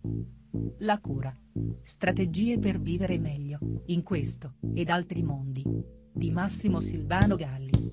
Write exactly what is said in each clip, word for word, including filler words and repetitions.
La cura. Strategie per vivere meglio, in questo, ed altri mondi. Di Massimo Silvano Galli.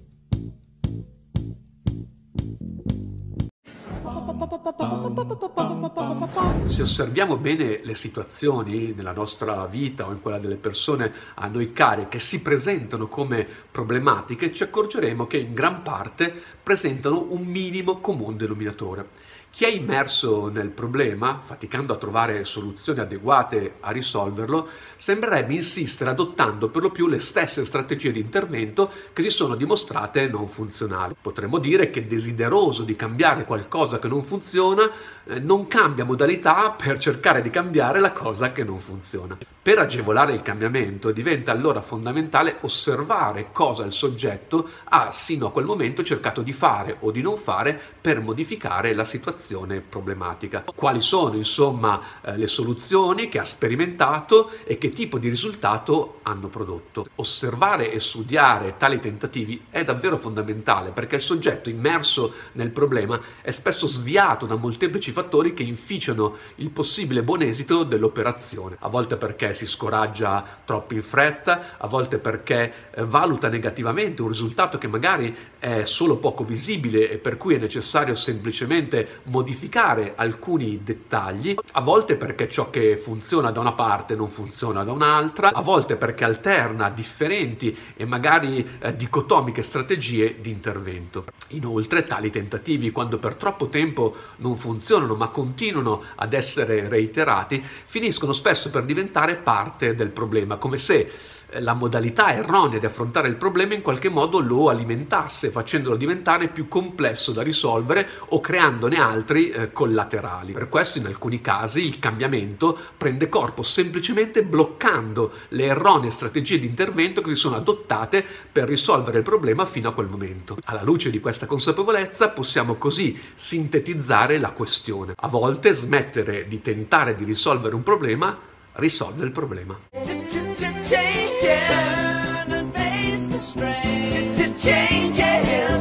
Se osserviamo bene le situazioni nella nostra vita o in quella delle persone a noi care che si presentano come problematiche, ci accorgeremo che in gran parte presentano un minimo comune denominatore. Chi è immerso nel problema, faticando a trovare soluzioni adeguate a risolverlo, sembrerebbe insistere adottando per lo più le stesse strategie di intervento che si sono dimostrate non funzionali. Potremmo dire che desideroso di cambiare qualcosa che non funziona, eh, non cambia modalità per cercare di cambiare la cosa che non funziona. Per agevolare il cambiamento diventa allora fondamentale osservare cosa il soggetto ha sino a quel momento cercato di fare o di non fare per modificare la situazione problematica. Quali sono insomma eh, le soluzioni che ha sperimentato e che tipo di risultato hanno prodotto. Osservare e studiare tali tentativi è davvero fondamentale perché il soggetto immerso nel problema è spesso sviato da molteplici fattori che inficiano il possibile buon esito dell'operazione, a volte perché si scoraggia troppo in fretta, a volte perché eh, valuta negativamente un risultato che magari è solo poco visibile e per cui è necessario semplicemente modificare alcuni dettagli, a volte perché ciò che funziona da una parte non funziona da un'altra, a volte perché alterna differenti e magari eh, dicotomiche strategie di intervento. Inoltre tali tentativi, quando per troppo tempo non funzionano ma continuano ad essere reiterati, finiscono spesso per diventare parte del problema, come se la modalità erronea di affrontare il problema in qualche modo lo alimentasse, facendolo diventare più complesso da risolvere o creandone altri eh, collaterali. Per questo in alcuni casi il cambiamento prende corpo semplicemente bloccando le erronee strategie di intervento che si sono adottate per risolvere il problema fino a quel momento. Alla luce di questa consapevolezza possiamo così sintetizzare la questione. A volte smettere di tentare di risolvere un problema risolve il problema. Turn and face the strain. Change it.